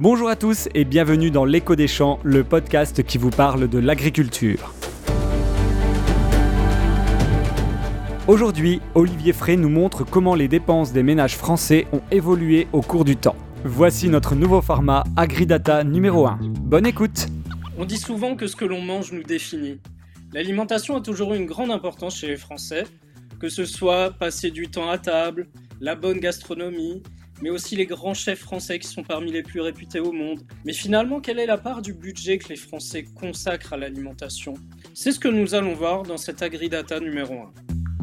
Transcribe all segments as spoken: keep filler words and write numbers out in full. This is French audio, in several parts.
Bonjour à tous et bienvenue dans l'Écho des champs, le podcast qui vous parle de l'agriculture. Aujourd'hui, Olivier Frey nous montre comment les dépenses des ménages français ont évolué au cours du temps. Voici notre nouveau format AgriData numéro un. Bonne écoute! On dit souvent que ce que l'on mange nous définit. L'alimentation a toujours eu une grande importance chez les Français, que ce soit passer du temps à table, la bonne gastronomie, mais aussi les grands chefs français qui sont parmi les plus réputés au monde. Mais finalement, quelle est la part du budget que les Français consacrent à l'alimentation ? C'est ce que nous allons voir dans cet AgriData numéro un.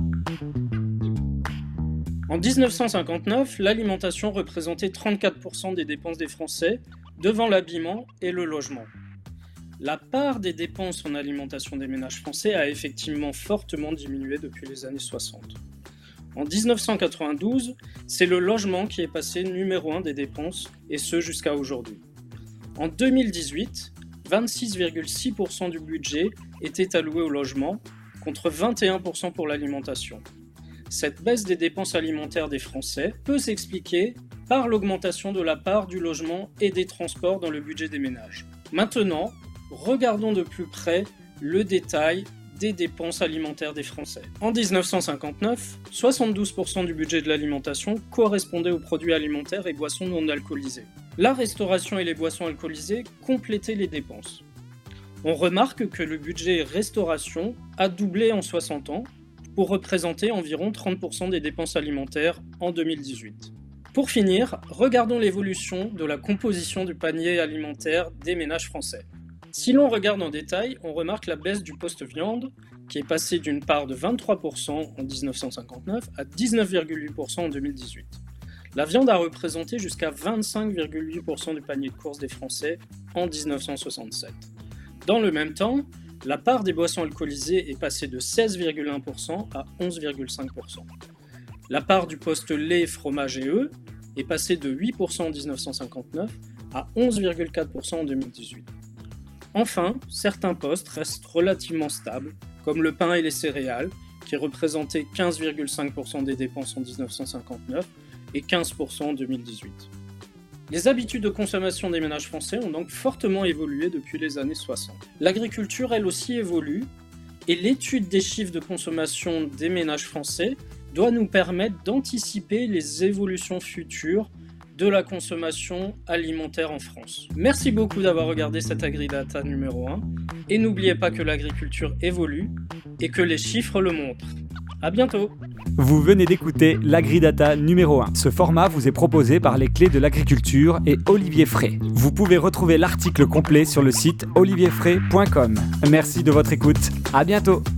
En dix-neuf cent cinquante-neuf, l'alimentation représentait trente-quatre pour cent des dépenses des Français, devant l'habillement et le logement. La part des dépenses en alimentation des ménages français a effectivement fortement diminué depuis les années soixante. En dix-neuf cent quatre-vingt-douze, c'est le logement qui est passé numéro un des dépenses, et ce jusqu'à aujourd'hui. En deux mille dix-huit, vingt-six virgule six pour cent du budget était alloué au logement, contre vingt et un pour cent pour l'alimentation. Cette baisse des dépenses alimentaires des Français peut s'expliquer par l'augmentation de la part du logement et des transports dans le budget des ménages. Maintenant, regardons de plus près le détail des dépenses alimentaires des Français. En dix-neuf cent cinquante-neuf, soixante-douze pour cent du budget de l'alimentation correspondait aux produits alimentaires et boissons non alcoolisées. La restauration et les boissons alcoolisées complétaient les dépenses. On remarque que le budget restauration a doublé en soixante ans pour représenter environ trente pour cent des dépenses alimentaires en deux mille dix-huit. Pour finir, regardons l'évolution de la composition du panier alimentaire des ménages français. Si l'on regarde en détail, on remarque la baisse du poste viande, qui est passé d'une part de vingt-trois pour cent en dix-neuf cent cinquante-neuf à dix-neuf virgule huit pour cent en deux mille dix-huit. La viande a représenté jusqu'à vingt-cinq virgule huit pour cent du panier de courses des Français en dix-neuf cent soixante-sept. Dans le même temps, la part des boissons alcoolisées est passée de seize virgule un pour cent à onze virgule cinq pour cent. La part du poste lait, fromage et œufs est passée de huit pour cent en dix-neuf cent cinquante-neuf à onze virgule quatre pour cent en deux mille dix-huit. Enfin, certains postes restent relativement stables, comme le pain et les céréales, qui représentaient quinze virgule cinq pour cent des dépenses en dix-neuf cent cinquante-neuf et quinze pour cent en deux mille dix-huit. Les habitudes de consommation des ménages français ont donc fortement évolué depuis les années soixante. L'agriculture, elle aussi, évolue, et l'étude des chiffres de consommation des ménages français doit nous permettre d'anticiper les évolutions futures de la consommation alimentaire en France. Merci beaucoup d'avoir regardé cet AgriData numéro un, et n'oubliez pas que l'agriculture évolue et que les chiffres le montrent. À bientôt! Vous venez d'écouter l'AgriData numéro un. Ce format vous est proposé par les Clés de l'Agriculture et Olivier Frey. Vous pouvez retrouver l'article complet sur le site olivier frey point com. Merci de votre écoute. À bientôt!